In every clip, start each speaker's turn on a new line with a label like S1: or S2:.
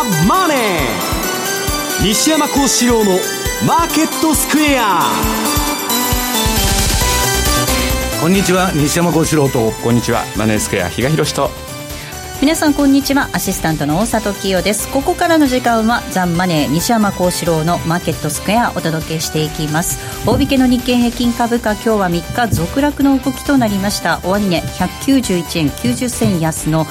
S1: マネー。西山孝四郎のマーケットスクエア。
S2: こんにちは、西山孝四郎と。
S3: こんにちは、マネースクエア比嘉宏と。
S4: 皆さんこんにちは、アシスタントの大里清です。ここからの時間はザンマネー西山孝四郎のマーケットスクエアお届けしていきます。大引けの日経平均株価、今日は3日続落の動きとなりました。終値191円90銭安の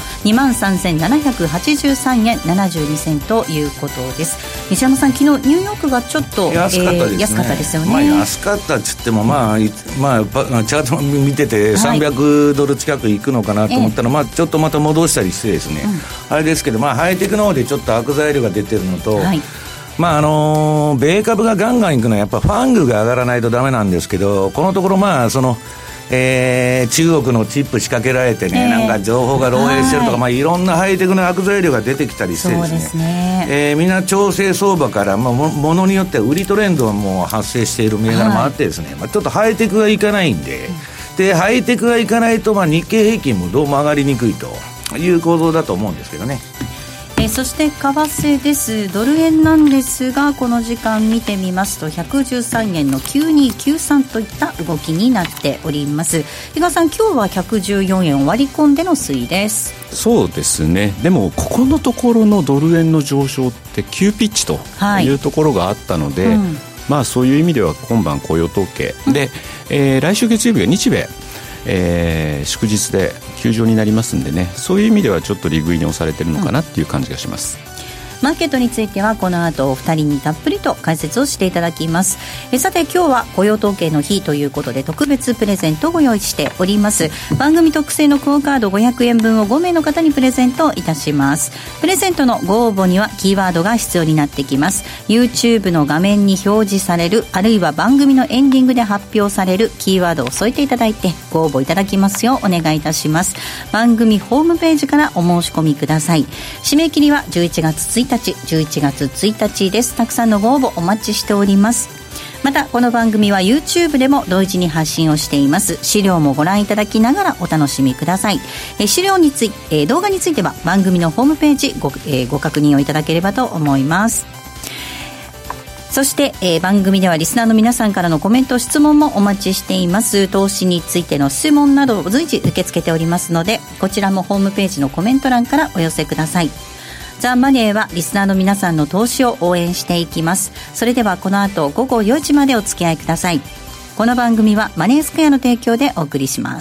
S4: 23,783 円72銭ということです。西山さん、昨日ニューヨークがちょっと
S2: 安かったですね。
S4: 安かったですよね。
S2: 安かったっつってもチャート見てて300ドル近くいくのかなと思ったら、ちょっとまた戻したりしてですね、あれですけど、ハイテクの方でちょっと悪材料が出てるのと、米株がガンガンいくのはやっぱファングが上がらないとダメなんですけど、このところ中国のチップ仕掛けられてね、なんか情報が漏洩してるとか、いろんなハイテクの悪材料が出てきたりしてですね、みんな調整相場から、ものによっては売りトレンドがもう発生している銘柄もあってですね、ちょっとハイテクがいかないんで、ハイテクがいかないと、日経平均もどうも上がりにくいという構造だと思うんですけどね。
S4: そして為替です。ドル円なんですが、この時間見てみますと113円の9293といった動きになっております。比嘉さん、今日は114円割り込んでの推移です。
S3: そうですね。でもここのところのドル円の上昇って急ピッチというところがあったので、そういう意味では今晩雇用統計で、来週月曜日が日米祝日で休場になりますんでね、そういう意味ではちょっと利食いに押されてるのかなっていう感じがします。
S4: マーケットについてはこの後お二人にたっぷりと解説をしていただきます。さて、今日は雇用統計の日ということで特別プレゼントをご用意しております。番組特製のクオカード500円分を5名の方にプレゼントいたします。プレゼントのご応募にはキーワードが必要になってきます。 YouTube の画面に表示される、あるいは番組のエンディングで発表されるキーワードを添えていただいてご応募いただきますようお願いいたします。番組ホームページからお申し込みください。締め切りは11月1日です。たくさんのご応募お待ちしております。またこの番組は YouTube でも同時に発信をしています。資料もご覧いただきながらお楽しみください。資料について、動画については番組のホームページ ご確認をいただければと思います。そして、番組ではリスナーの皆さんからのコメント質問もお待ちしています。投資についての質問などを随時受け付けておりますので、こちらもホームページのコメント欄からお寄せください。ザ・マネーはリスナーの皆さんの投資を応援していきます。それではこの後午後4時までお付き合いください。この番組はマネースクエアの提供でお送りします。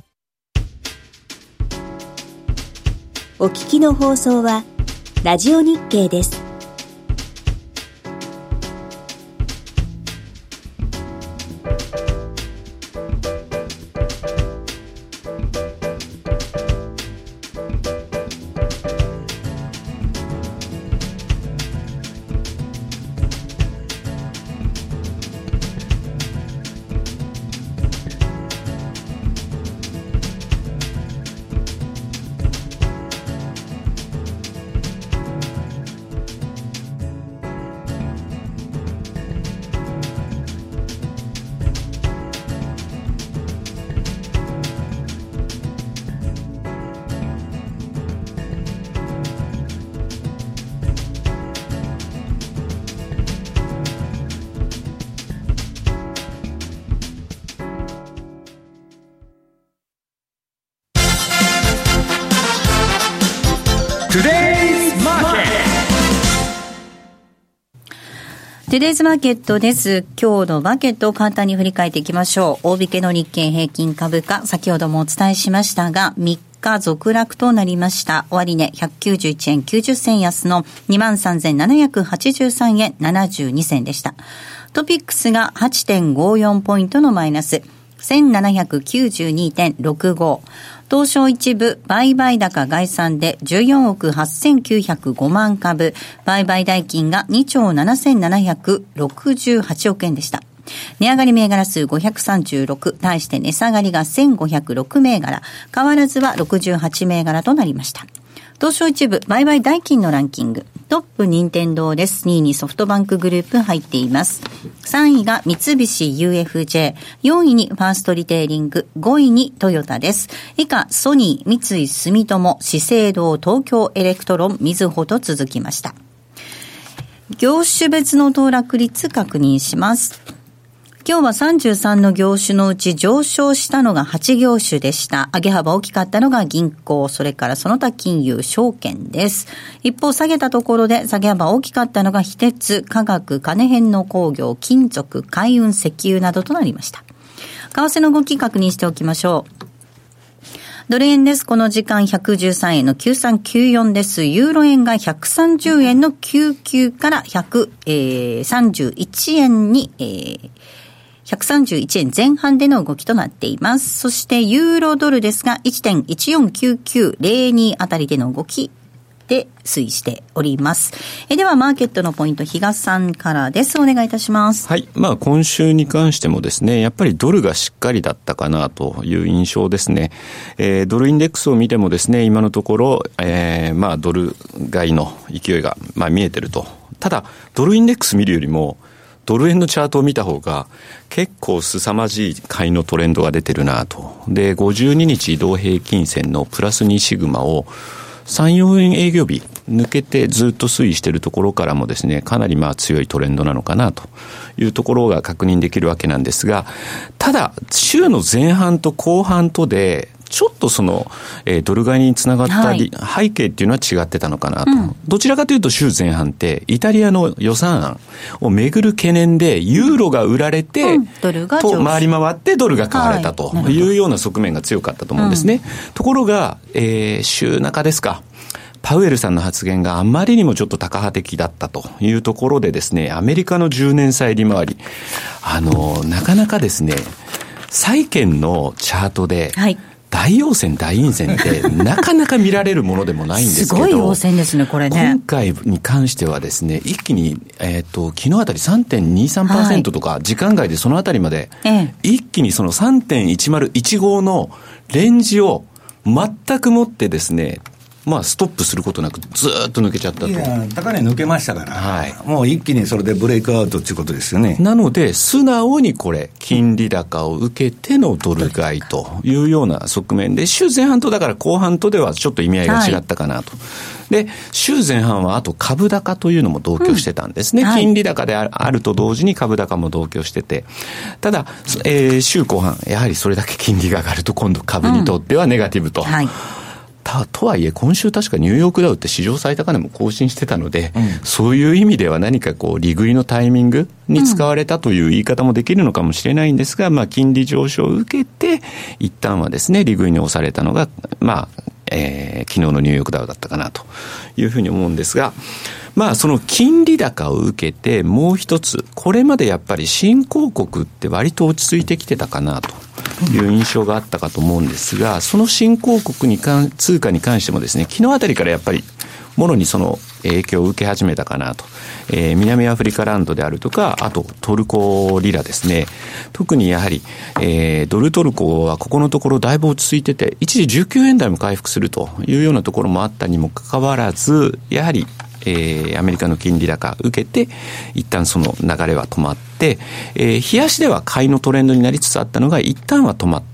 S5: お聞きの放送はラジオ日経です。
S4: トゥデイズマーケットです。今日のマーケットを簡単に振り返っていきましょう。大引けの日経平均株価、先ほどもお伝えしましたが3日続落となりました。終値191円90銭安の 23,783 円72銭でした。トピックスが 8.54 ポイントのマイナス 1792.65。東証一部売買高概算で14億8905万株、売買代金が2兆7768億円でした。値上がり銘柄数536、対して値下がりが1506銘柄、変わらずは68銘柄となりました。東証一部売買代金のランキング、 トップ任天堂です。2位にソフトバンクグループ入っています。3位が三菱 UFJ、4位にファーストリテイリング、5位にトヨタです。以下ソニー、三井住友、資生堂、東京エレクトロン、みずほと続きました。業種別の騰落率確認します。今日は33の業種のうち上昇したのが8業種でした。上げ幅大きかったのが銀行、それからその他金融、証券です。一方下げたところで下げ幅大きかったのが非鉄、化学、金編の工業、金属、海運、石油などとなりました。為替の動き確認しておきましょう。ドル円です。この時間113円の9394です。ユーロ円が130円の99から131円に、131円前半での動きとなっています。そしてユーロドルですが 1.149902 あたりでの動きで推移しております。ではマーケットのポイント、比嘉さんからです。お願いいたします。
S3: はい。今週に関してもですね、やっぱりドルがしっかりだったかなという印象ですね。ドルインデックスを見てもですね、今のところ、ドル買いの勢いが、見えてると。ただ、ドルインデックス見るよりも、ドル円のチャートを見た方が結構凄まじい買いのトレンドが出てるなと。で、52日移動平均線のプラス2シグマを3、4円営業日抜けてずっと推移しているところからもですね、かなり強いトレンドなのかなというところが確認できるわけなんですが、ただ週の前半と後半とでちょっとドル買いにつながった背景っていうのは違ってたのかなと、どちらかというと週前半ってイタリアの予算案をめぐる懸念でユーロが売られて、回り回ってドルが買われたというような側面が強かったと思うんですね。ところが、週中ですか、パウエルさんの発言があまりにもちょっとタカ派的だったというところでですね、アメリカの10年債利回り、なかなかですね、債券のチャートで、大陽線大陰線ってなかなか見られるものでもないんですけど、
S4: すごい陽線ですねこれね。
S3: 今回に関してはですね、一気に、昨日あたり 3.23% とか、時間外でそのあたりまで、一気にその 3.1015 のレンジを全く持ってですね、ストップすることなくずーっと抜けちゃったと。
S2: いや、高値抜けましたから、もう一気にそれでブレイクアウトということですよね。
S3: なので素直にこれ金利高を受けてのドル買いというような側面で、週前半とだから後半とではちょっと意味合いが違ったかなと。で、週前半はあと株高というのも同居してたんですね。金利高であると同時に株高も同居してて、ただ、週後半やはりそれだけ金利が上がると今度株にとってはネガティブと。とはいえ今週確かニューヨークダウって史上最高値も更新してたので、そういう意味では何か利食いのタイミングに使われたという言い方もできるのかもしれないんですが、金利上昇を受けて一旦はですね利食いに押されたのが昨日のニューヨークダウだったかなというふうに思うんですが、その金利高を受けてもう一つ、これまでやっぱり新興国って割と落ち着いてきてたかなという印象があったかと思うんですが、その新興国通貨に関してもですね、昨日あたりからやっぱりもろにその影響を受け始めたかなと。南アフリカランドであるとか、あとトルコリラですね。特にやはり、ドルトルコはここのところだいぶ落ち着いてて、一時19円台も回復するというようなところもあったにもかかわらず、やはりアメリカの金利高受けて一旦その流れは止まって、冷やしでは買いのトレンドになりつつあったのが一旦は止まって、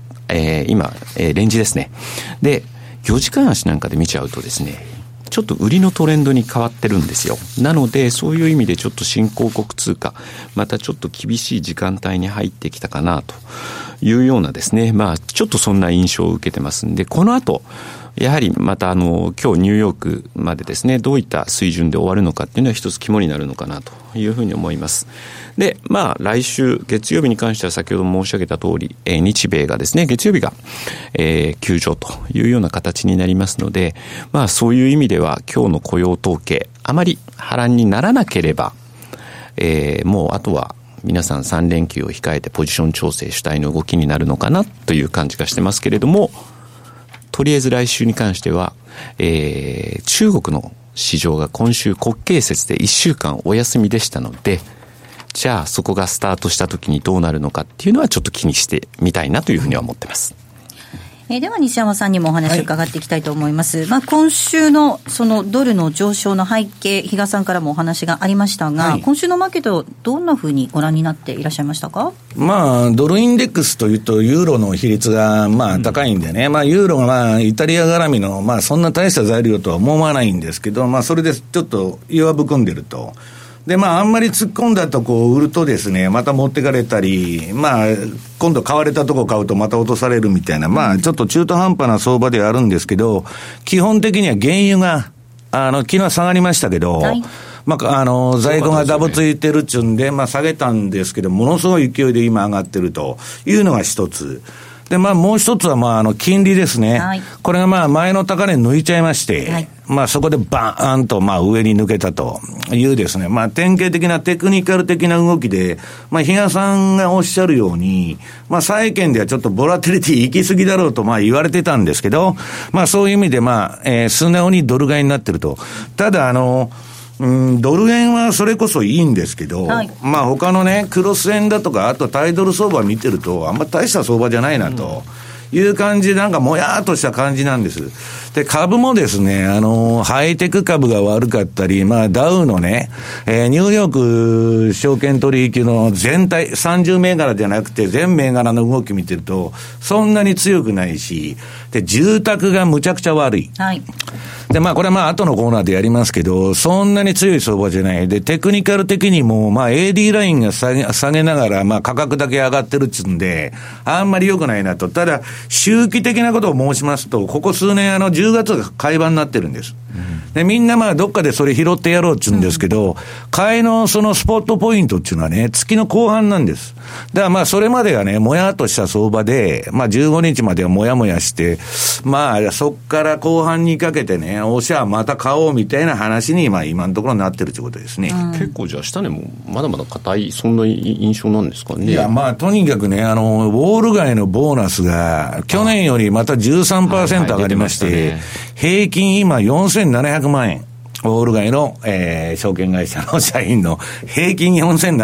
S3: 今、レンジですね。で、4時間足なんかで見ちゃうとですね、ちょっと売りのトレンドに変わってるんですよ。なのでそういう意味でちょっと新興国通貨またちょっと厳しい時間帯に入ってきたかなというようなですね、ちょっとそんな印象を受けてますんで、この後やはりまた今日ニューヨークまでですね、どういった水準で終わるのかっていうのは一つ肝になるのかなというふうに思います。で、来週月曜日に関しては先ほど申し上げた通り、日米がですね、月曜日が、休場というような形になりますので、そういう意味では今日の雇用統計あまり波乱にならなければ、もうあとは皆さん3連休を控えてポジション調整主体の動きになるのかなという感じがしてますけれども、とりあえず来週に関しては、中国の市場が今週国慶節で1週間お休みでしたので、じゃあそこがスタートした時にどうなるのかっていうのはちょっと気にしてみたいなというふうには思ってます。
S4: では西山さんにもお話を伺っていきたいと思います、今週のそのドルの上昇の背景、比嘉さんからもお話がありましたが、今週のマーケットどんなふうにご覧になっていらっしゃいましたか？
S2: ドルインデックスというとユーロの比率が高いんでね、ユーロがイタリア絡みのそんな大した材料とは思わないんですけど、それでちょっと弱含んでると。であんまり突っ込んだとこ売るとですね、また持ってかれたり、今度買われたとこ買うとまた落とされるみたいな、ちょっと中途半端な相場ではあるんですけど、基本的には原油が昨日は下がりましたけど、在庫がダブついてるっちゅうんで、下げたんですけど、ものすごい勢いで今上がってるというのが一つ。で、もう一つは、金利ですね。これが前の高値抜いちゃいまして、そこでバーンと、上に抜けたというですね、典型的なテクニカル的な動きで、比嘉さんがおっしゃるように、債券ではちょっとボラティリティ行き過ぎだろうと、言われてたんですけど、そういう意味で、素直にドル買いになってると。ただ、ドル円はそれこそいいんですけど、他のね、クロス円だとか、あとタイドル相場見てると、あんま大した相場じゃないなという感じで、もやーっとした感じなんです。で、株もですね、ハイテク株が悪かったり、ダウのね、ニューヨーク証券取引の全体、30銘柄じゃなくて全銘柄の動き見てると、そんなに強くないし、で、住宅がむちゃくちゃ悪い。で、これは後のコーナーでやりますけど、そんなに強い相場じゃない。で、テクニカル的にも、AD ラインが下げながら、価格だけ上がってるっつうんで、あんまり良くないなと。ただ、周期的なことを申しますと、ここ数年10月が買い場になってるんです。で、みんなどっかでそれ拾ってやろうっちゅうんですけど、買いのそのスポットポイントっていうのはね、月の後半なんです。だからそれまでがね、もやっとした相場で、15日まではもやもやして、そっから後半にかけてね、おしゃまた買おうみたいな話に、今のところなってるということですね。
S3: 結構じゃあ下値もまだまだ硬い、そんな印象なんですかね。
S2: いや、とにかくね、ウォール街のボーナスが、去年よりまた 13% 上がりまして、平均今4700万円。ウォール街の、証券会社の社員の平均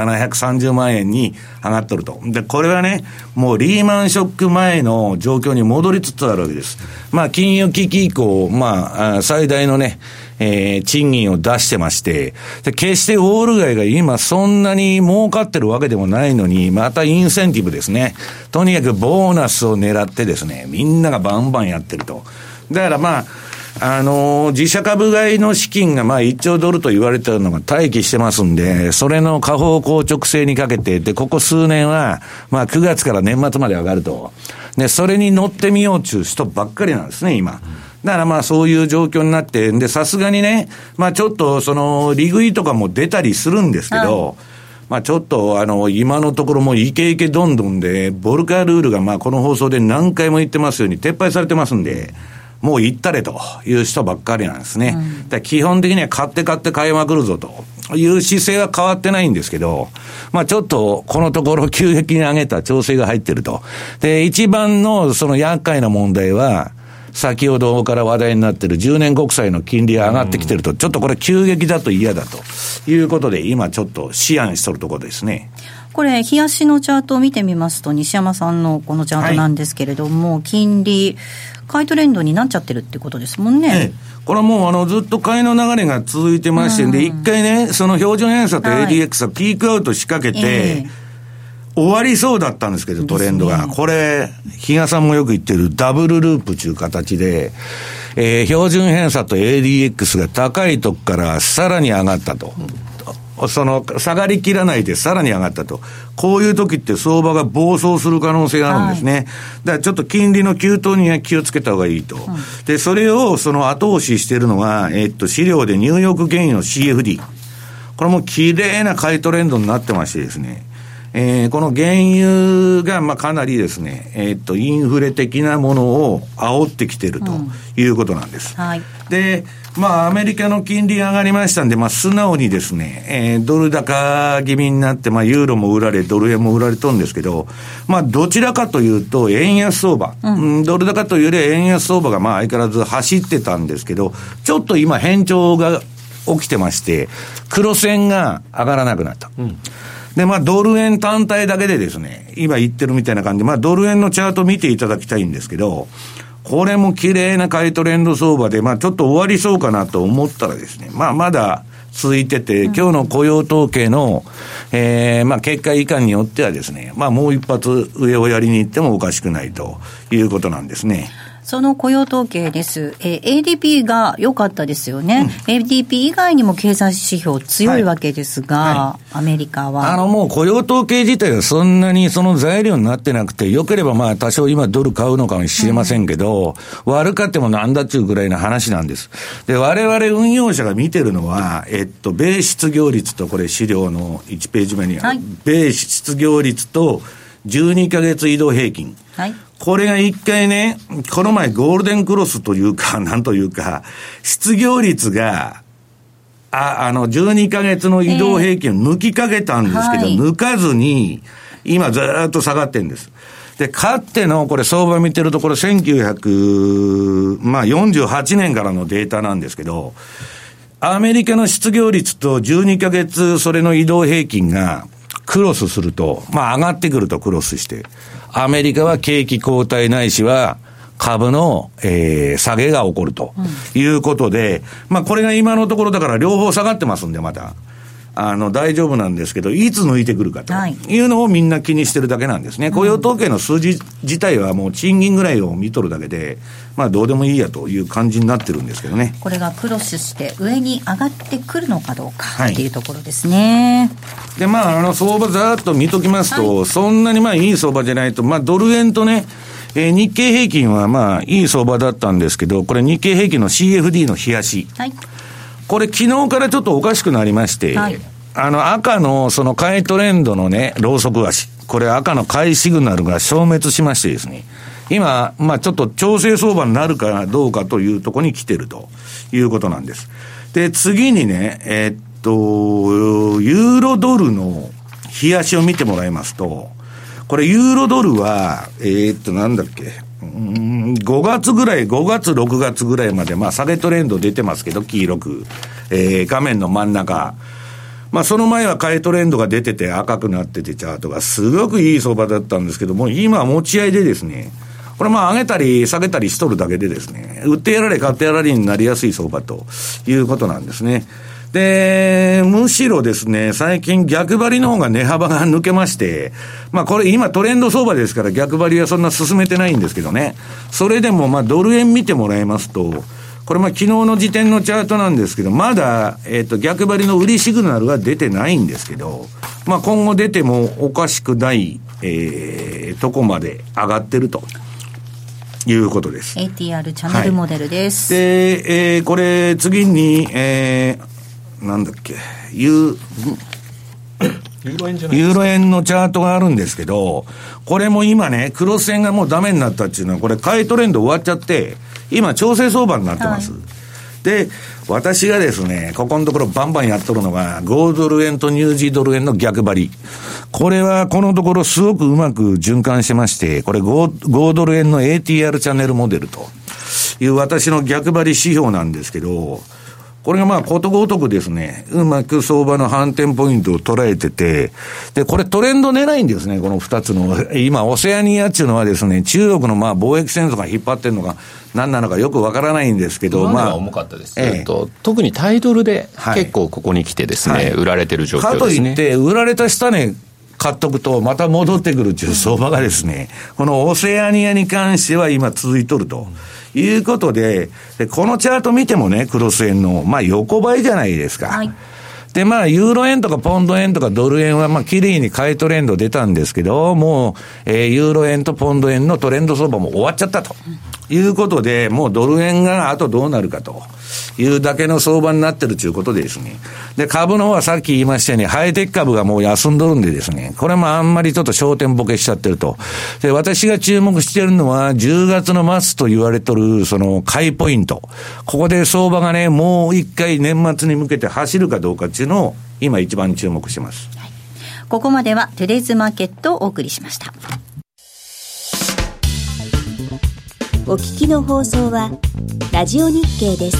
S2: 4730万円に上がっとると。で、これはね、もうリーマンショック前の状況に戻りつつあるわけです。金融危機以降、最大のね、賃金を出してまして、で、決してウォール街が今そんなに儲かってるわけでもないのに、またインセンティブですね。とにかくボーナスを狙ってですね、みんながバンバンやってると。だから自社株買いの資金が1兆ドルと言われてるのが待機してますんで、それの下方硬直性にかけて、で、ここ数年は、9月から年末まで上がると。で、それに乗ってみようという人ばっかりなんですね、今。だからそういう状況になって、で、さすがにね、ちょっと利食いとかも出たりするんですけど、ちょっと今のところもイケイケどんどんで、ボルカールールがこの放送で何回も言ってますように撤廃されてますんで、もう行ったれという人ばっかりなんですね。だ基本的には買って買いまくるぞという姿勢は変わってないんですけど、ちょっとこのところ急激に上げた調整が入ってると。で、一番のその厄介な問題は、先ほどから話題になっている10年国債の金利が上がってきてると、ちょっとこれ急激だと嫌だということで、今ちょっと思案しとるところですね。
S4: これ、日足のチャートを見てみますと、西山さんのこのチャートなんですけれども、金利、買いトレンドになっちゃってるってことですもんね。
S2: これはもうずっと買いの流れが続いてまして、で、一回ね、その標準偏差と ADX はピークアウト仕掛けて、終わりそうだったんですけど、トレンドが。これ、比嘉さんもよく言ってるダブルループという形で、標準偏差と ADX が高いとこからさらに上がったと。下がりきらないでさらに上がったと。こういう時って相場が暴走する可能性があるんですね。だからちょっと金利の急騰には気をつけた方がいいと。で、それを後押ししているのが、資料でニューヨーク原油の CFD。これも綺麗な買いトレンドになってましてですね。この原油がかなりですね、インフレ的なものを煽ってきているということなんです。で、アメリカの金利が上がりましたんで、素直にですね、ドル高気味になって、ユーロも売られ、ドル円も売られとるんですけど、どちらかというと、円安相場、ドル高というよりは円安相場が相変わらず走ってたんですけど、ちょっと今変調が起きてまして、黒線が上がらなくなった。 で、ドル円単体だけでですね、今言ってるみたいな感じで、ドル円のチャート見ていただきたいんですけど、これも綺麗な買いトレンド相場で、ちょっと終わりそうかなと思ったらですね、まだ続いてて、今日の雇用統計の、結果以下によってはですね、もう一発上をやりに行ってもおかしくないということなんですね。
S4: その雇用統計です。ADP が良かったですよね。ADP 以外にも経済指標強いわけですが、アメリカは。
S2: もう雇用統計自体はそんなにその材料になってなくて、良ければ多少今ドル買うのかもしれませんけど、悪かってもなんだっちゅうぐらいの話なんです。で、我々運用者が見てるのは、米失業率と、これ資料の1ページ目にある、米失業率と12ヶ月移動平均。これが一回ね、この前ゴールデンクロスというか、なんというか、失業率が、12ヶ月の移動平均を抜きかけたんですけど、抜かずに、今ずーっと下がってるんです。で、かつての、これ相場見てると、これ1948年からのデータなんですけど、アメリカの失業率と12ヶ月、それの移動平均が、クロスすると、上がってくるとクロスして、アメリカは景気後退ないしは株の、下げが起こるということで、これが今のところだから両方下がってますんで、また大丈夫なんですけど、いつ抜いてくるかというのをみんな気にしてるだけなんですね。雇用統計の数字自体はもう賃金ぐらいを見とるだけで、どうでもいいやという感じになってるんですけどね。
S4: これがクロスして上に上がってくるのかどうかっていうところですね。
S2: で、相場ざーっと見ときますと、そんなにいい相場じゃないと、ドル円とね、日経平均はいい相場だったんですけど、これ日経平均の CFD の冷やし。これ昨日からちょっとおかしくなりまして、赤のその買いトレンドのね、ロウソク足。これ赤の買いシグナルが消滅しましてですね、今、ちょっと調整相場になるかどうかというところに来てるということなんです。で、次にね、ユーロドルの冷やしを見てもらいますと、これユーロドルは、なんだっけ、5月ぐらい、5月、6月ぐらいまで、下げトレンド出てますけど、黄色く、画面の真ん中。その前は買いトレンドが出てて赤くなっててチャートがすごくいい相場だったんですけども、今は持ち合いでですね、これ上げたり下げたりしとるだけでですね、売ってやられ買ってやられになりやすい相場ということなんですね。で、むしろですね、最近逆張りの方が値幅が抜けまして、これ今トレンド相場ですから逆張りはそんな進めてないんですけどね、それでもドル円見てもらいますと、これ昨日の時点のチャートなんですけど、まだ、逆張りの売りシグナルは出てないんですけど、今後出てもおかしくない、とこまで上がってるということです。
S4: ATR チャンネルモデルです。
S2: で、これ次に、なんだっけ、ユーロ円のチャートがあるんですけど、これも今ね、クロス円がもうダメになったっていうのは、これ買いトレンド終わっちゃって、今調整相場になってます。で、私がですね、ここのところバンバンやっとるのが、5ドル円とニュージードル円の逆張り。これはこのところすごくうまく循環してまして、これ 5ドル円の ATR チャンネルモデルという私の逆張り指標なんですけど、これがことごとくですね、うまく相場の反転ポイントを捉えてて、で、これトレンド狙いんですね、この2つの。今、オセアニアっていうのはですね、中国の貿易戦争が引っ張ってるのが何なのかよくわからないんですけど、
S3: 今は重かったです。特にタイドルで結構ここに来てですね、売られてる状況ですね。
S2: かといって、売られた下値買っとくとまた戻ってくるっていう相場がですね、このオセアニアに関しては今続いとると。いうことで、このチャート見てもね、クロス円の、横ばいじゃないですか。で、ユーロ円とかポンド円とかドル円は、綺麗に買いトレンド出たんですけど、もう、ユーロ円とポンド円のトレンド相場も終わっちゃったと。いうことで、もうドル円があとどうなるかというだけの相場になってるということでですね。で、株の方はさっき言いましたように、ハイテク株がもう休んどるんでですね、これもあんまりちょっと焦点ボケしちゃってると。で、私が注目してるのは、10月の末と言われとる、その買いポイント。ここで相場がね、もう一回年末に向けて走るかどうかっていうのを、今一番注目してます。
S4: ここまではトゥデイズマーケットをお送りしました。
S5: お聞きの放送はラジオ日経です。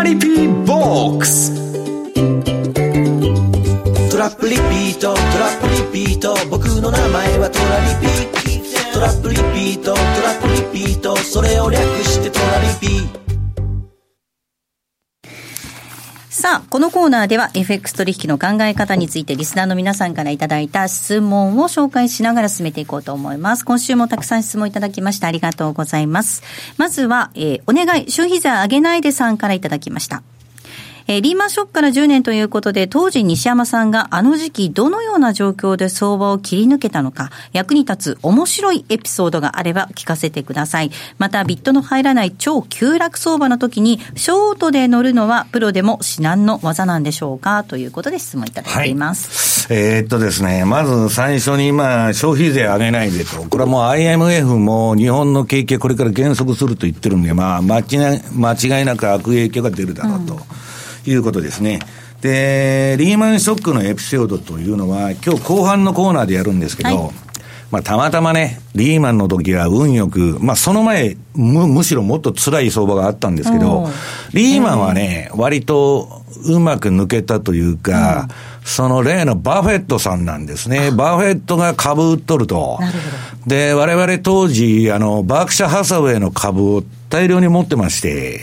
S1: リピーボックス。
S6: トラップリピート、トラップリピート、僕の名前はトラリピ。トラップリピート、トラップリピート、それを略してトラリピ。
S4: さあ、このコーナーでは FX 取引の考え方についてリスナーの皆さんからいただいた質問を紹介しながら進めていこうと思います。今週もたくさん質問いただきましてありがとうございます。まずは、お願い、消費税上げないでさんからいただきました。リーマンショックから10年ということで、当時西山さんがあの時期どのような状況で相場を切り抜けたのか、役に立つ面白いエピソードがあれば聞かせてください。またビットの入らない超急落相場の時にショートで乗るのはプロでも至難の技なんでしょうか、ということで質問いただいています。
S2: はい、ですね、まず最初に消費税上げないでと、これはもう IMF も日本の景気はこれから減速すると言ってるんで、間違いなく悪影響が出るだろうと。いうことですね。で、リーマンショックのエピソードというのは今日後半のコーナーでやるんですけど、たまたまね、リーマンの時は運よく、その前むしろもっと辛い相場があったんですけど、リーマンはね、割とうまく抜けたというか、その例のバフェットさんなんですね。バフェットが株売っとると。で、我々当時、バークシャーハサウェイの株を大量に持ってまして、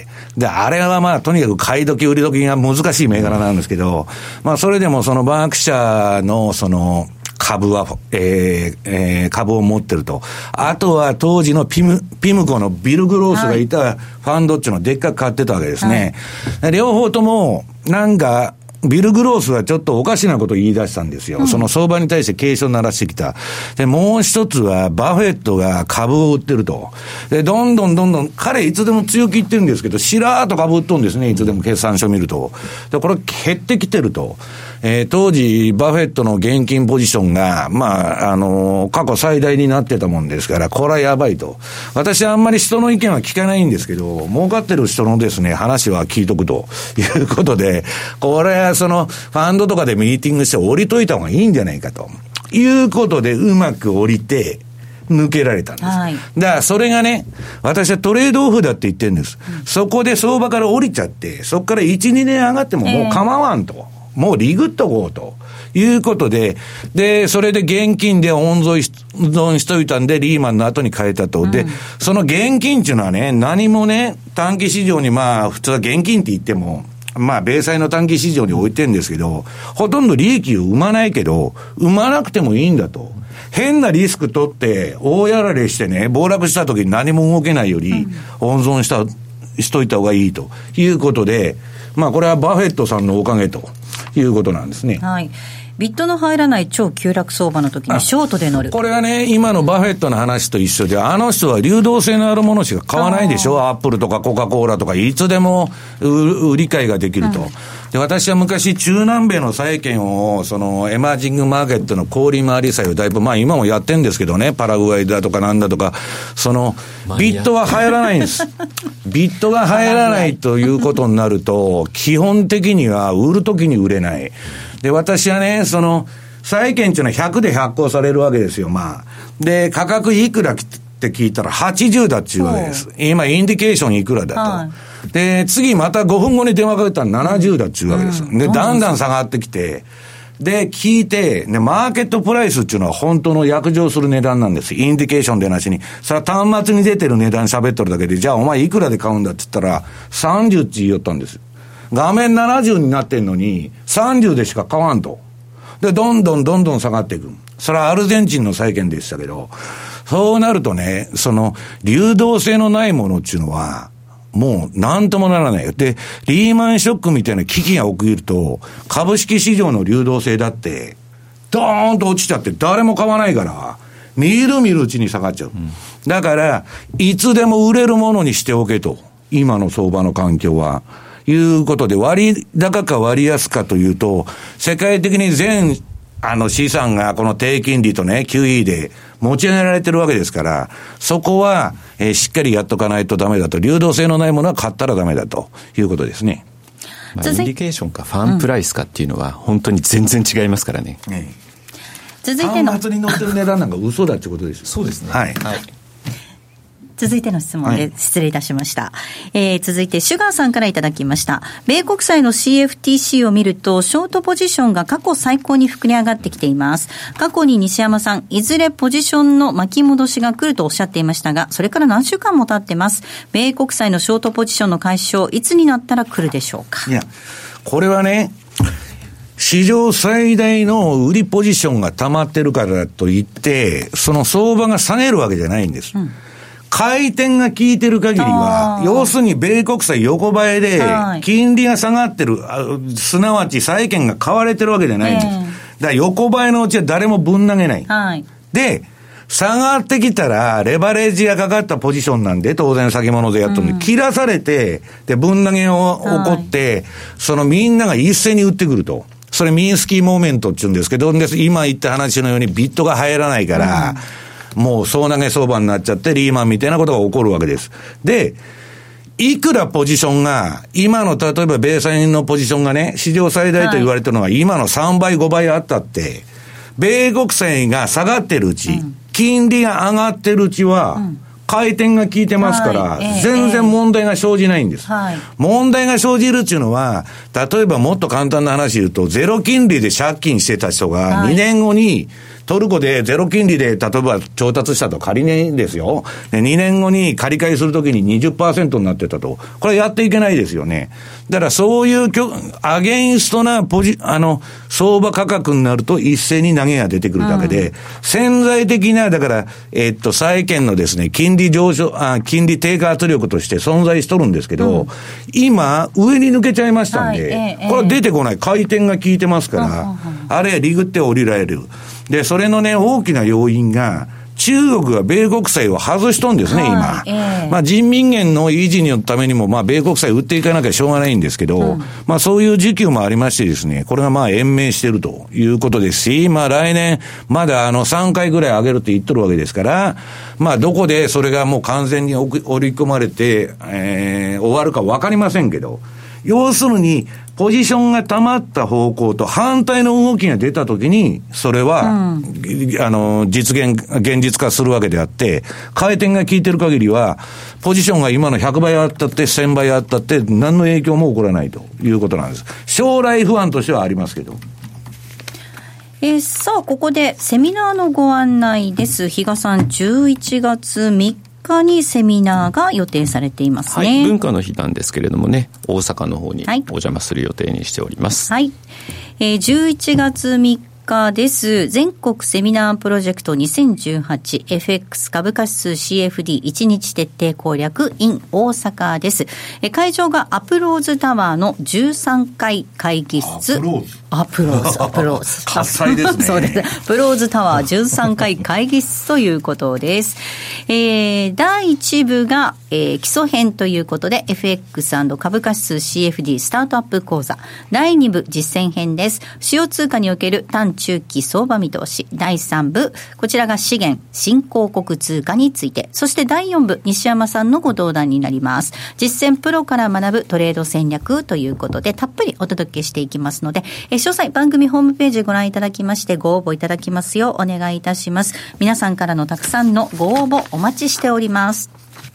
S2: で、あれはとにかく買い時売り時が難しい銘柄なんですけど、それでもそのバークシャーのその株は、株を持ってると。あとは当時のピムコのビル・グロースがいたファンドっていうのをでっかく買ってたわけですね。両方とも、ビル・グロースはちょっとおかしなことを言い出したんですよ。その相場に対して警鐘を鳴らしてきた。で、もう一つは、バフェットが株を売ってると。で、どんどん、彼いつでも強気言ってるんですけど、しらーっと株売っとるんですね。いつでも決算書見ると。で、これ減ってきてると。当時、バフェットの現金ポジションが、過去最大になってたもんですから、これはやばいと。私はあんまり人の意見は聞かないんですけど、儲かってる人のですね、話は聞いとくということで、これはその、ファンドとかでミーティングして降りといた方がいいんじゃないかということで、うまく降りて、抜けられたんです。だからそれがね、私はトレードオフだって言ってるんです。そこで相場から降りちゃって、そこから1、2年上がってももう構わんと。もうリグっとこうということで、で、それで現金で温存しといたんで、リーマンの後に変えたと。で、その現金っていうのはね、何もね、短期市場に普通は現金って言っても、米債の短期市場に置いてるんですけど、ほとんど利益を生まないけど、生まなくてもいいんだと。変なリスク取って、大やられしてね、暴落した時に何も動けないより、温存しといた方がいいということで、これはバフェットさんのおかげということなんですね。
S4: はい。ビットの入らない超急落相場の時にショートで乗る。こ
S2: れはね、今のバフェットの話と一緒で、あの人は流動性のあるものしか買わないでしょ。アップルとかコカ・コーラとかいつでも売り買いができると。で、私は昔中南米の債券を、そのエマージングマーケットの小売回り債をだいぶ、今もやってんですけどね、パラグアイだとかなんだとか、その、ビットは入らないんです。ビットが入らないということになると、基本的には売るときに売れない。で、私はね、その、債券っていうのは100で発行されるわけですよ、で、価格いくらって聞いたら80だっていうわけです。今、インディケーションいくらだと。で、次また5分後に電話かけたら70だっていうわけです。で、だんだん下がってきて、で、聞いて、ね、マーケットプライスっていうのは本当の約定する値段なんです。インディケーションでなしに。それは端末に出てる値段喋っとるだけで、じゃあお前いくらで買うんだって言ったら、30って言いよったんです。画面70になってんのに、30でしか買わんと。で、どんどん下がっていく。それはアルゼンチンの債券でしたけど、そうなるとね、その、流動性のないものっていうのは、もうなんともならない。で、リーマンショックみたいな危機が起きると、株式市場の流動性だって、ドーンと落ちちゃって誰も買わないから、見るうちに下がっちゃう。だから、いつでも売れるものにしておけと。今の相場の環境は。いうことで、割高か割安かというと、世界的に全、資産がこの低金利とね、QE で持ち上げられてるわけですから、そこは、しっかりやっとかないとダメだと。流動性のないものは買ったらダメだということですね。
S3: インディケーションかファンプライスかっていうのは本当に全然違いますからね。
S4: 続いての。
S2: 端末に載ってる値段なんか嘘だってことですよ。
S3: そうですね。
S2: はい。
S4: 続いての質問で、失礼いたしました。続いてシュガーさんからいただきました。米国債の CFTC を見るとショートポジションが過去最高に膨れ上がってきています。過去に西山さん、いずれポジションの巻き戻しが来るとおっしゃっていましたが、それから何週間も経ってます。米国債のショートポジションの解消、いつになったら来るでしょうか。
S2: いや、これはね、史上最大の売りポジションが溜まってるからといってその相場が下げるわけじゃないんです、回転が効いてる限りは要するに米国債横ばいで金利が下がってる、すなわち債券が買われてるわけじゃないんです、だから横ばいのうちは誰もぶん投げない、で下がってきたらレバレッジがかかったポジションなんで当然先物でやっとるんで、切らされてでぶん投げを起こって、そのみんなが一斉に売ってくると、それミンスキーモーメントって言うんですけど、今言った話のようにビットが入らないから、もう総投げ相場になっちゃってリーマンみたいなことが起こるわけです。で、いくらポジションが、今の例えば米債のポジションがね、史上最大と言われてるのが今の3倍5倍あったって、米国債が下がってるうち、金利が上がってるうちは、回転が効いてますから、全然問題が生じないんです。問題が生じるっていうのは、例えばもっと簡単な話言うと、ゼロ金利で借金してた人が2年後に、トルコでゼロ金利で例えば調達したと仮にですよ。2年後に借り換えするときに 20% になってたと。これやっていけないですよね。だからそういうアゲインストな相場価格になると一斉に投げが出てくるだけで、潜在的な、だから、債券のですね、金利低下圧力として存在しとるんですけど、今、上に抜けちゃいましたんで、これは出てこない。回転が効いてますから、あれ、リグって降りられる。で、それのね、大きな要因が、中国が米国債を外しとんですね、今。まあ人民元の維持のためにも、まあ米国債売っていかなきゃしょうがないんですけど、まあそういう需給もありましてですね、これがまあ延命してるということですし、まあ来年、まだ3回ぐらい上げるって言っとるわけですから、まあどこでそれがもう完全に織り込まれて、終わるかわかりませんけど、要するに、ポジションが溜まった方向と反対の動きが出たときに、それは、現実化するわけであって、回転が効いてる限りは、ポジションが今の100倍あったって、1000倍あったって、何の影響も起こらないということなんです。将来不安としてはありますけど。
S4: さあ、ここでセミナーのご案内です。比嘉さん、11月3日にセミナーが予定されていますね。
S3: 文化の日なんですけれどもね、大阪の方にお邪魔する予定にしております。
S4: 11月3日です。全国セミナープロジェクト 2018FX 株価指数 CFD1 日徹底攻略 in 大阪です。会場がアプローズタワーの13階会議室。アプローズ
S2: 喝采ですね。
S4: そうです。アプローズタワー13階会議室ということです。第1部が、基礎編ということで FX& 株価指数 CFD スタートアップ講座。第2部実践編です。主要通貨における短中期相場見通し。第3部、こちらが資源新興国通貨について。そして第4部、西山さんのご登壇になります。実践プロから学ぶトレード戦略ということでたっぷりお届けしていきますので、詳細番組ホームページご覧いただきましてご応募いただきますようお願いいたします。皆さんからのたくさんのご応募お待ちしております。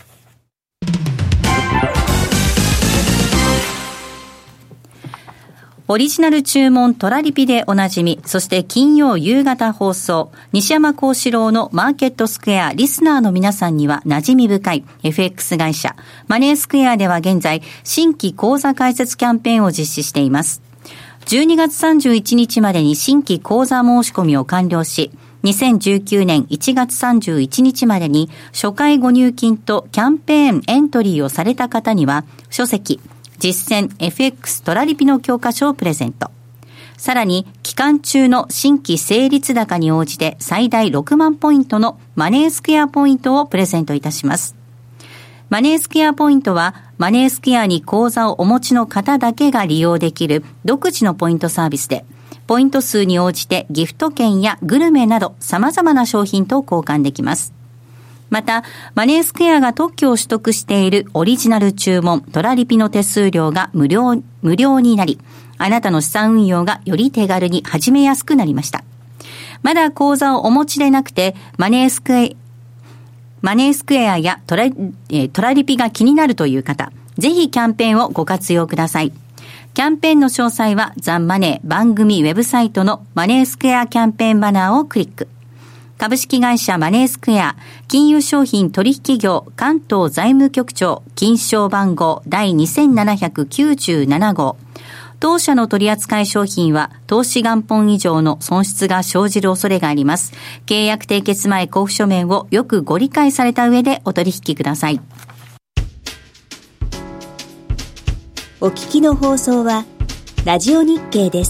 S4: オリジナル注文トラリピでおなじみ、そして金曜夕方放送、西山幸四郎のマーケットスクエアリスナーの皆さんには馴染み深い FX 会社マネースクエアでは現在新規口座開設キャンペーンを実施しています。12月31日までに新規口座申し込みを完了し、2019年1月31日までに初回ご入金とキャンペーンエントリーをされた方には書籍実践 FX トラリピの教科書をプレゼント。さらに期間中の新規成立高に応じて最大6万ポイントのマネースクエアポイントをプレゼントいたします。マネースクエアポイントはマネースクエアに口座をお持ちの方だけが利用できる独自のポイントサービスで、ポイント数に応じてギフト券やグルメなど様々な商品と交換できます。また、マネースクエアが特許を取得しているオリジナル注文トラリピの手数料が無料になり、あなたの資産運用がより手軽に始めやすくなりました。まだ口座をお持ちでなくて、マネースクエマネースクエアやトラリピが気になるという方、ぜひキャンペーンをご活用ください。キャンペーンの詳細はザ・マネー番組ウェブサイトのマネースクエアキャンペーンバナーをクリック。株式会社マネースクエア金融商品取引業関東財務局長金賞番号第2797号。当社の取扱い商品は投資元本以上の損失が生じる恐れがあります。契約締結前交付書面をよくご理解された上でお取引ください。
S5: お聞きの放送はラジオ日経です。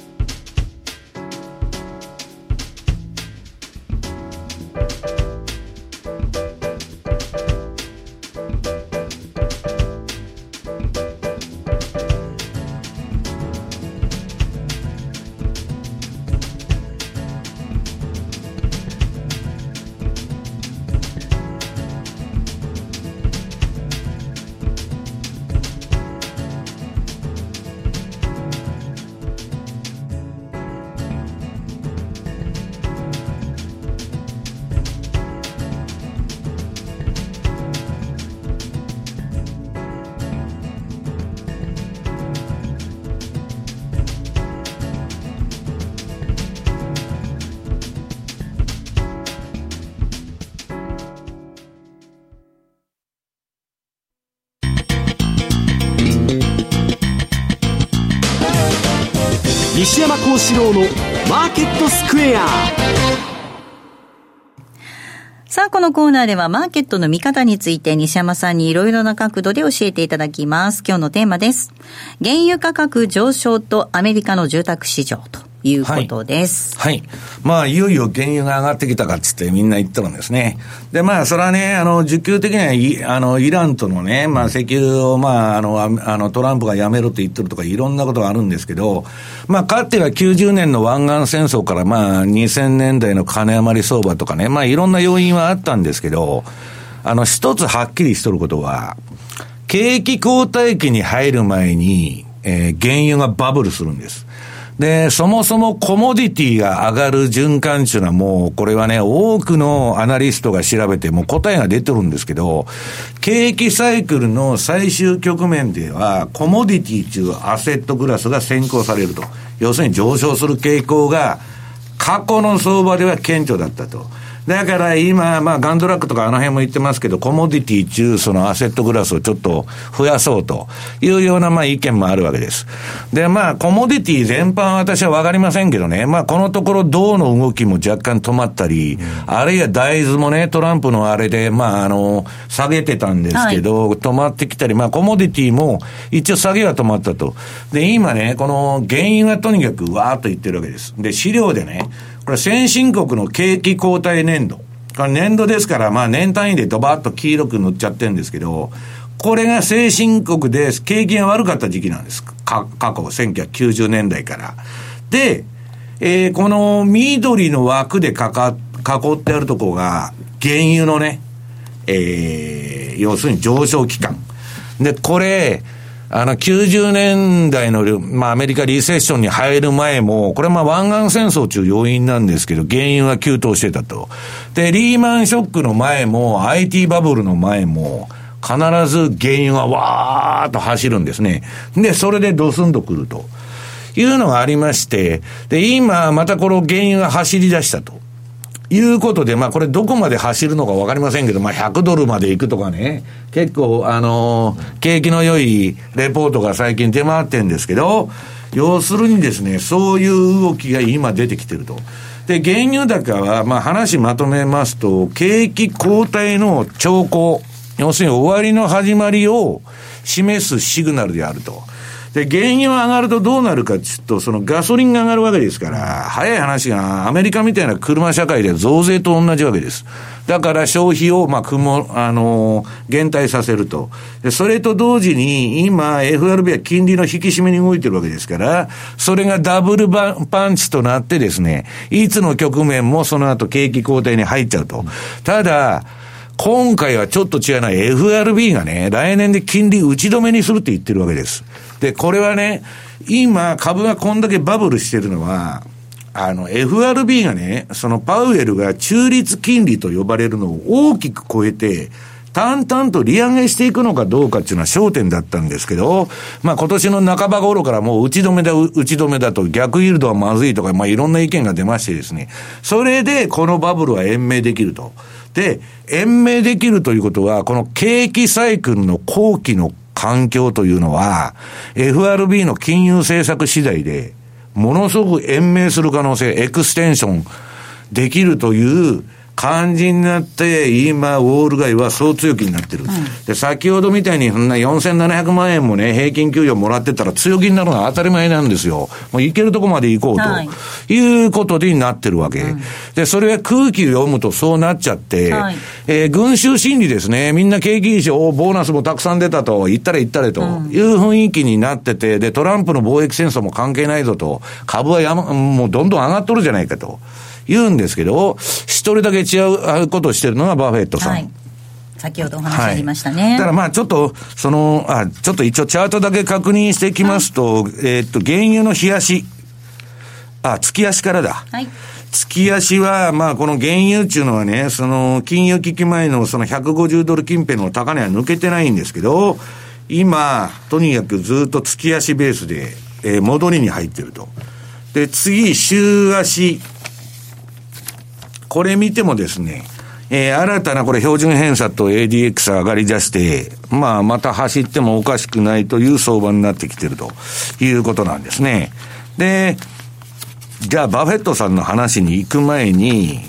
S1: 西山幸四郎のマーケットスクエア。
S4: さあ、このコーナーではマーケットの見方について西山さんにいろいろな角度で教えていただきます。今日のテーマです。原油価格上昇とアメリカの住宅市場ということです。
S2: はい。はい。まあ、いよいよ原油が上がってきたかっつってみんな言ってるんですね。で、まあ、それはね、需給的にはイランとのね、まあ、石油を、まあ、トランプがやめろと言ってるとか、いろんなことがあるんですけど、まあ、かつては90年の湾岸戦争から、まあ、2000年代の金余り相場とかね、まあ、いろんな要因はあったんですけど、一つはっきりしとることは、景気後退期に入る前に、原油がバブルするんです。で、そもそもコモディティが上がる循環っていうのはもう、これはね、多くのアナリストが調べてもう答えが出てるんですけど、景気サイクルの最終局面では、コモディティっていうアセットクラスが先行されると。要するに上昇する傾向が、過去の相場では顕著だったと。だから今、まあ、ガンドラックとかあの辺も言ってますけど、コモディティ中、そのアセットクラスをちょっと増やそうというような、まあ、意見もあるわけです。で、まあ、コモディティ全般私はわかりませんけどね、まあ、このところ銅の動きも若干止まったり、あるいは大豆もね、トランプのあれで、まあ、下げてたんですけど、はい、止まってきたり、まあ、コモディティも一応下げは止まったと。で、今ね、この原油がとにかくわーっと言ってるわけです。で、資料でね、これ先進国の景気後退年度。これ年度ですから、まあ年単位でドバーッと黄色く塗っちゃってるんですけど、これが先進国で景気が悪かった時期なんです。過去、1990年代から。で、この緑の枠で囲ってあるところが、原油のね、要するに上昇期間。で、これ、90年代の、まあ、アメリカリセッションに入る前も、これまあ、湾岸戦争中要因なんですけど、原油が急騰してたと。で、リーマンショックの前も、IT バブルの前も、必ず原油がわーっと走るんですね。で、それでドスンと来るというのがありまして、で、今、またこの原油が走り出したと。いうことで、まあこれどこまで走るのかわかりませんけど、まあ100ドルまで行くとかね、結構景気の良いレポートが最近出回ってるんですけど、要するにですね、そういう動きが今出てきてると。で、原油高は、まあ話まとめますと、景気後退の兆候、要するに終わりの始まりを示すシグナルであると。で、原油が上がるとどうなるかっていうと、そのガソリンが上がるわけですから、早い話がアメリカみたいな車社会では増税と同じわけです。だから消費を、まあ、減退させると。で、それと同時に、今、FRB は金利の引き締めに動いてるわけですから、それがダブルパンチとなってですね、いつの局面もその後景気後退に入っちゃうと。ただ、今回はちょっと違うのは FRB がね、来年で金利打ち止めにするって言ってるわけです。で、これはね、今株がこんだけバブルしてるのは、 FRB がね、そのパウエルが中立金利と呼ばれるのを大きく超えて、淡々と利上げしていくのかどうかっていうのは焦点だったんですけど、まあ今年の半ば頃からもう打ち止めだと逆イールドはまずいとか、まあいろんな意見が出ましてですね、それでこのバブルは延命できると。で、延命できるということは、この景気サイクルの後期の環境というのは、FRB の金融政策次第で、ものすごく延命する可能性、エクステンションできるという感じになって、今、ウォール街は総強気になってる。で、先ほどみたいに、そんな4700万円もね、平均給与もらってたら強気になるのは当たり前なんですよ。もう行けるとこまで行こうと、いうことでなってるわけ。で、それは空気を読むとそうなっちゃって、群衆心理ですね。みんな景気いいし、ボーナスもたくさん出たと、行ったれという雰囲気になってて、で、トランプの貿易戦争も関係ないぞと、株はもうどんどん上がっとるじゃないかと。言うんですけど、一人だけ違うことをしてるのがバフェットさん。
S4: 先ほどお話ありましたね。
S2: だからまあちょっと、ちょっと一応チャートだけ確認していきますと、原油の日足。月足からだ。月足は、まあこの原油っていうのはね、その金融危機前のその150ドル近辺の高値は抜けてないんですけど、今、とにかくずっと月足ベースで、戻りに入ってると。で、次、週足。これ見てもですね、新たなこれ標準偏差と ADX 上がり出して、まあまた走ってもおかしくないという相場になってきてるということなんですね。で、じゃあバフェットさんの話に行く前に、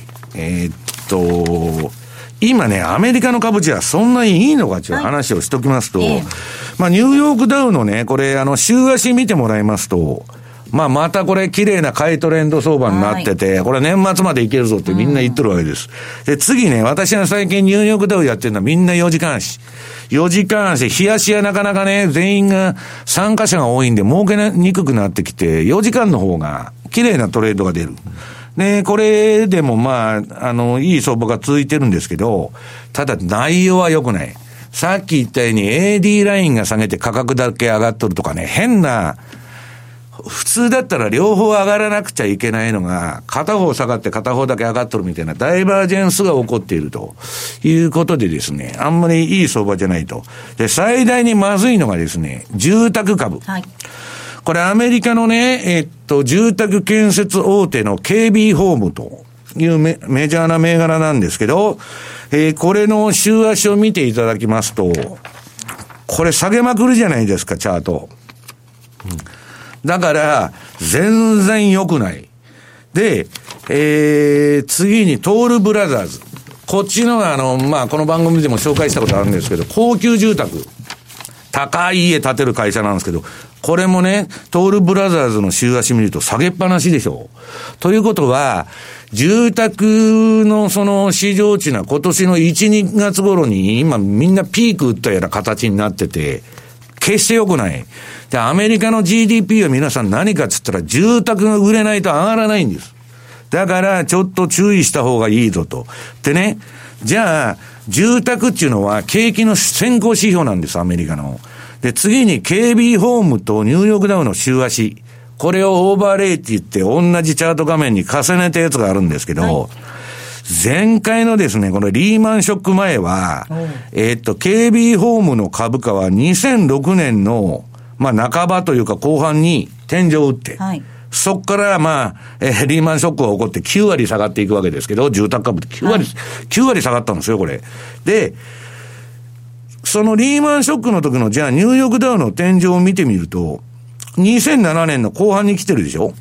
S2: 今ね、アメリカの株じゃそんなにいいのかという話をしときますと、まあニューヨークダウのね、これ週足見てもらいますと、まあ、またこれ綺麗な買いトレンド相場になってて、これ年末までいけるぞってみんな言ってるわけです。で、次ね、私が最近ニューヨークダウやってるのはみんな4時間足。4時間足、日足はなかなかね、全員が参加者が多いんで儲けにくくなってきて、4時間の方が綺麗なトレードが出る。で、これでもまあ、いい相場が続いてるんですけど、ただ内容は良くない。さっき言ったように AD ラインが下げて価格だけ上がっとるとかね、変な、普通だったら両方上がらなくちゃいけないのが、片方下がって片方だけ上がっとるみたいなダイバージェンスが起こっているということでですね、あんまりいい相場じゃないと。で、最大にまずいのがですね、住宅株。これアメリカのね、住宅建設大手の KB ホームというメジャーな銘柄なんですけど、これの週足を見ていただきますと、これ下げまくるじゃないですか、チャート。だから、全然良くない。で、次にトールブラザーズ。こっちのまあ、この番組でも紹介したことあるんですけど、高級住宅。高い家建てる会社なんですけど、これもね、トールブラザーズの週足見ると下げっぱなしでしょ。ということは、住宅のその市場値な今年の1、2月頃に今みんなピーク打ったような形になってて、決して良くない。で、アメリカの GDP は皆さん何かっつったら住宅が売れないと上がらないんです。だからちょっと注意した方がいいぞと。でね、じゃあ、住宅っていうのは景気の先行指標なんです、アメリカの。で、次に KB ホームとニューヨークダウの週足。これをオーバーレイって言って同じチャート画面に重ねたやつがあるんですけど、前回のですね、このリーマンショック前は、KB ホームの株価は2006年の、まあ半ばというか後半に天井を打って、そっからまあ、リーマンショックが起こって9割下がっていくわけですけど、住宅株って9割下がったんですよ、これ。で、そのリーマンショックの時の、じゃあニューヨークダウの天井を見てみると、2007年の後半に来てるでしょ？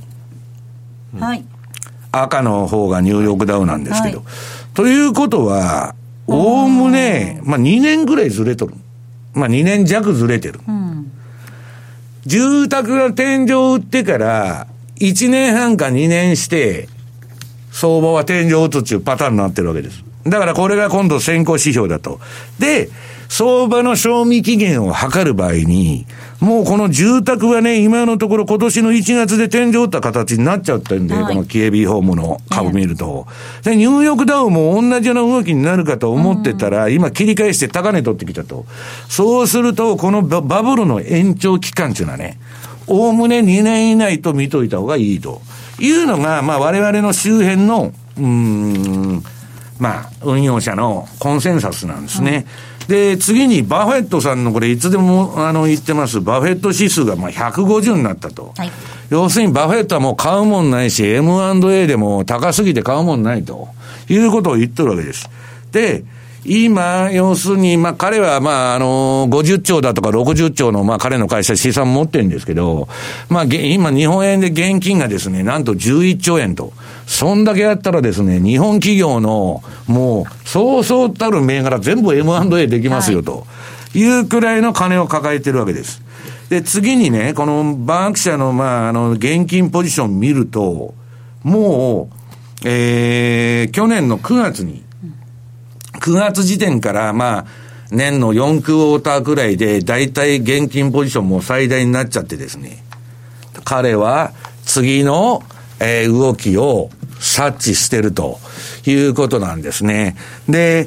S2: 赤の方がニューヨークダウなんですけど。ということは、おおむね、まあ2年ぐらいずれとる。まあ2年弱ずれてる。住宅が天井を打ってから1年半か2年して相場は天井を打つっていうパターンになってるわけです。だからこれが今度先行指標だと。で、相場の賞味期限を測る場合に、もうこの住宅はね、今のところ今年の1月で天井を打った形になっちゃったんで、この KB ホームの株見ると。で、ニューヨークダウも同じような動きになるかと思ってたら、今切り返して高値取ってきたと。そうすると、このバブルの延長期間っていうのはね、おおむね2年以内と見といた方がいいというのが、我々の周辺の、運用者のコンセンサスなんですね。で、次にバフェットさんのこれいつでも言ってます、バフェット指数が150になったと。はい、要するにバフェットはもう買うもんないし、M&A でも高すぎて買うもんないということを言ってるわけです。で、今、要するに、彼は、50兆だとか60兆の、彼の会社資産持ってるんですけど、今、日本円で現金がですね、なんと11兆円と。そんだけやったらですね、日本企業の、もう、そうそうたる銘柄全部 M&A できますよ、というくらいの金を抱えてるわけです。で、次にね、このバンク社の、現金ポジション見ると、もう、去年の9月に、9月時点から、年の4クォーターくらいで、だいたい現金ポジションも最大になっちゃってですね、彼は次の、動きを察知してるということなんですね。で、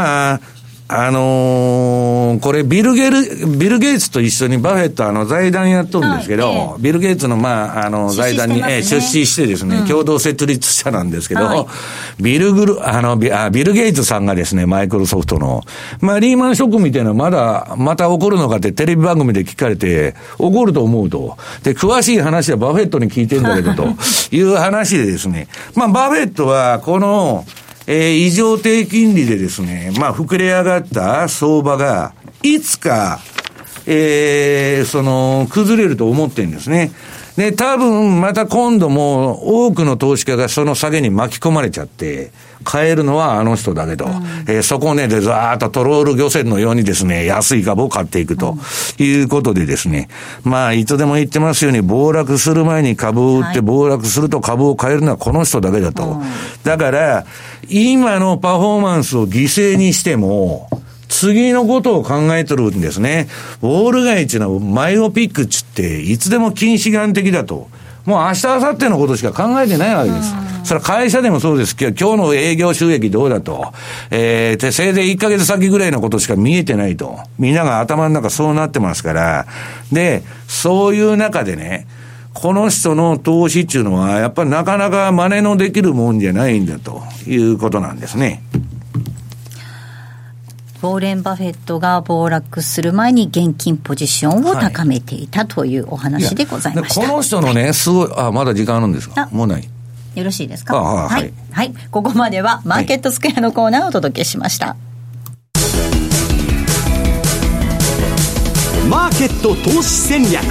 S2: これビル・ゲイツと一緒にバフェット財団やっとるんですけど、ビル・ゲイツの財団に出資してですね、共同設立者なんですけど、ビル・ゲイツさんがですね、マイクロソフトの、リーマンショックみたいなまた起こるのかってテレビ番組で聞かれて、起こると思うと。で、詳しい話はバフェットに聞いてるんだけど、という話でですね、バフェットはこの、異常低金利でですね、膨れ上がった相場が、いつか、崩れると思ってるんですね。で、多分、また今度も多くの投資家がその下げに巻き込まれちゃって、買えるのはあの人だけど、そこねでざーっとトロール漁船のようにですね、安い株を買っていくということでですね、いつでも言ってますように、暴落する前に株を売って、暴落すると株を買えるのはこの人だけだと。だから、今のパフォーマンスを犠牲にしても、次のことを考えとるんですね。ウォール街っていうのはマイオピックっつっていつでも近視眼的だと。もう明日明後日のことしか考えてないわけです。それは会社でもそうですけど、今日の営業収益どうだと。せいぜい1ヶ月先ぐらいのことしか見えてないと。みんなが頭の中そうなってますから。で、そういう中でね、この人の投資っていうのはやっぱりなかなか真似のできるもんじゃないんだということなんですね。
S4: ウォーレン・バフェットが暴落する前に現金ポジションを高めていたというお話でございました。
S2: この人のね、すごい、まだ時間あるんですか？もうない。
S4: よろしいですか？はい。はい。ここまではマーケットスクエアのコーナーをお届けしました。
S1: マーケット投資戦略。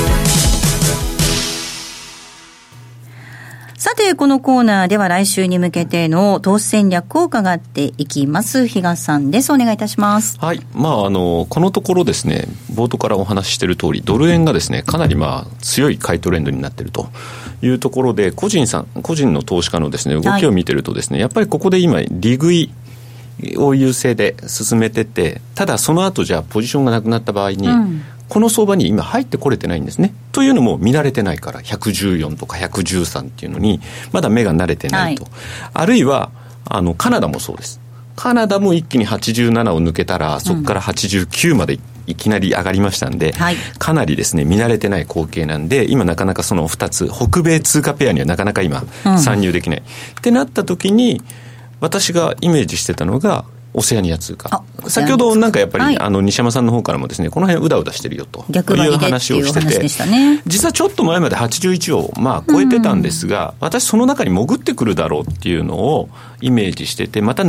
S4: さて、このコーナーでは来週に向けての投資戦略を伺っていきます。比嘉さんです。お願いいたします。
S3: はい。このところですね、冒頭からお話ししている通り、ドル円がですね、かなり強い買いトレンドになっているというところで、個人の投資家のですね、動きを見てるとですね、やっぱりここで今、利食いを優勢で進めてて、ただその後じゃあポジションがなくなった場合に、この相場に今入ってこれてないんですね。というのも見慣れてないから、114とか113っていうのにまだ目が慣れてないと、あるいはカナダもそうです。カナダも一気に87を抜けたら、そこから89までいきなり上がりましたんで、かなりですね見慣れてない光景なんで、今なかなかその2つ北米通貨ペアにはなかなか今参入できない、ってなった時に私がイメージしてたのがオセアニア通貨。先ほどなんかやっぱり、西山さんの方からもですね、この辺うだうだしてるよという話をしてて、実はちょっと前まで81を超えてたんですが、私その中に潜ってくるだろうっていうのをイメージしてて、また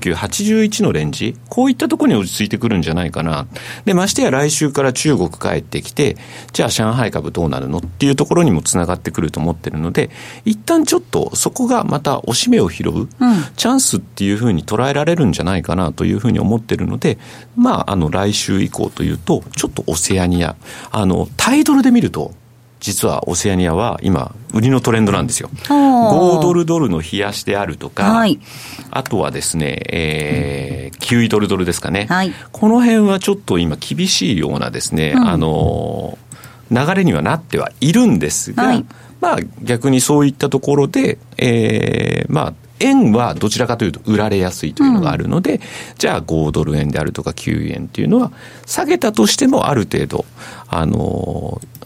S3: 79、81のレンジ、こういったところに落ち着いてくるんじゃないかな。で、ましてや来週から中国帰ってきて、じゃあ上海株どうなるのっていうところにもつながってくると思ってるので、一旦ちょっとそこがまた押し目を拾う、チャンスっていうふうに捉えられるんじゃないかなというふうに思ってるので、来週以降というとちょっとオセアニア、タイドルで見ると実はオセアニアは今売りのトレンドなんですよ。5ドルドルの冷やしであるとか、あとはですね、9ドルドルですかね、この辺はちょっと今厳しいようなですね、流れにはなってはいるんですが、逆にそういったところで、円はどちらかというと売られやすいというのがあるので、じゃあ5ドル円であるとか9円っていうのは下げたとしてもある程度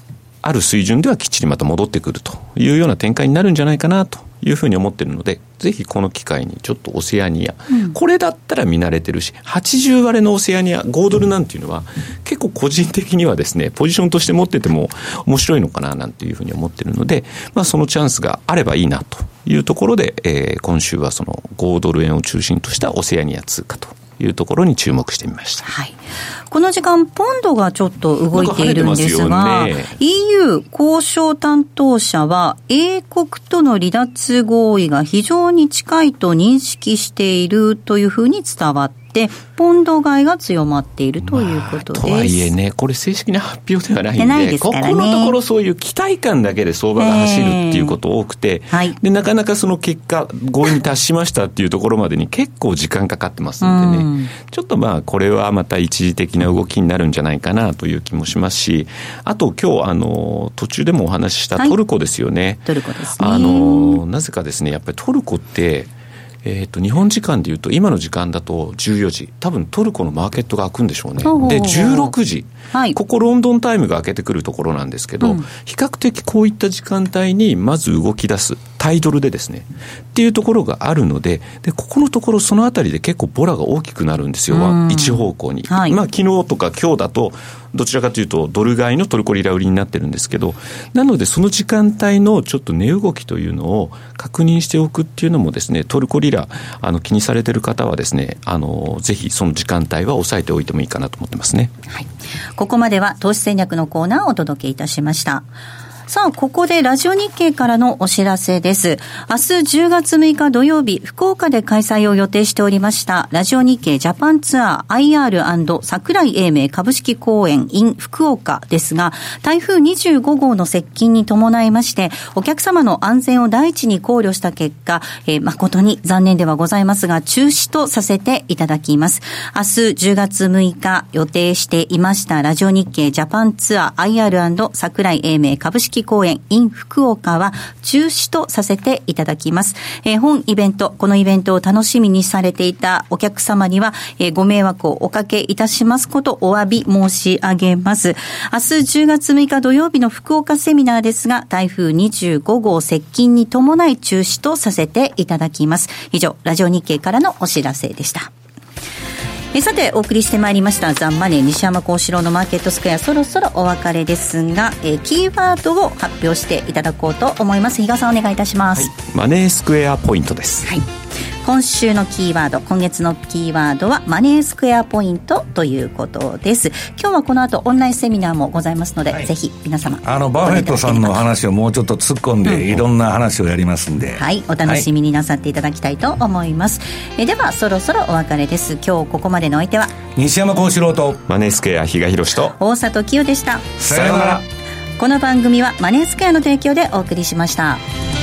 S3: ある水準ではきっちりまた戻ってくるというような展開になるんじゃないかなというふうに思っているので、ぜひこの機会にちょっとオセアニア、これだったら見慣れてるし、80割れのオセアニア5ドルなんていうのは結構個人的にはですね、ポジションとして持ってても面白いのかななんていうふうに思っているので、そのチャンスがあればいいなというところで、今週はその5ドル円を中心としたオセアニア通貨というところに注目してみました。
S4: はい、この時間ポンドがちょっと動いているんですが、EU 交渉担当者は英国との離脱合意が非常に近いと認識しているというふうに伝わってポンド買いが強まっているということです。
S3: とはいえね、これ正式な発表ではないん で、
S4: ここ
S3: のところそういう期待感だけで相場が走るっていうこと多くて、でなかなかその結果合意に達しましたっていうところまでに結構時間かかってますんでね、ちょっとこれはまた一時的な動きになるんじゃないかなという気もしますし、あと今日途中でもお話ししたトルコですよね。
S4: トルコですね。
S3: なぜかですね、やっぱりトルコって日本時間でいうと今の時間だと14時、多分トルコのマーケットが開くんでしょうね。で16時、ここロンドンタイムが開けてくるところなんですけど、比較的こういった時間帯にまず動き出すタイドルでですねっていうところがあるので、ここのところそのあたりで結構ボラが大きくなるんですよ、一方向に。昨日とか今日だとどちらかというとドル買いのトルコリラ売りになってるんですけど、なのでその時間帯のちょっと値動きというのを確認しておくっていうのもですね、トルコリラ気にされてる方はですね、ぜひその時間帯は抑えておいてもいいかなと思ってますね。
S4: ここまでは投資戦略のコーナーをお届けいたしました。さあ、ここでラジオ日経からのお知らせです。明日10月6日土曜日、福岡で開催を予定しておりましたラジオ日経ジャパンツアー IR& 桜井英明株式公演 in 福岡ですが、台風25号の接近に伴いましてお客様の安全を第一に考慮した結果、誠に残念ではございますが中止とさせていただきます。明日10月6日予定していましたラジオ日経ジャパンツアー IR& 桜井英明株式公演 in 福岡は中止とさせていただきます。本イベント、このイベントを楽しみにされていたお客様には、ご迷惑をおかけいたしますことお詫び申し上げます。明日10月6日土曜日の福岡セミナーですが、台風25号接近に伴い中止とさせていただきます。以上、ラジオ日経からのお知らせでした。さてお送りしてまいりましたザンマネー西山幸四郎のマーケットスクエア、そろそろお別れですが、キーワードを発表していただこうと思います。比嘉さんお願いいたします。
S3: マネースクエアポイントです。
S4: 今週のキーワード、今月のキーワードはマネースクエアポイントということです。今日はこの後オンラインセミナーもございますので、ぜひ皆様
S2: バフェットさんの話をもうちょっと突っ込んで、いろんな話をやりますんで、
S4: お楽しみになさっていただきたいと思います。ではそろそろお別れです。今日ここまでのお相手は
S2: 西山幸四郎と
S3: マネースクエア比嘉宏と
S4: 大里清でした。
S2: さようなら。
S4: この番組はマネースクエアの提供でお送りしました。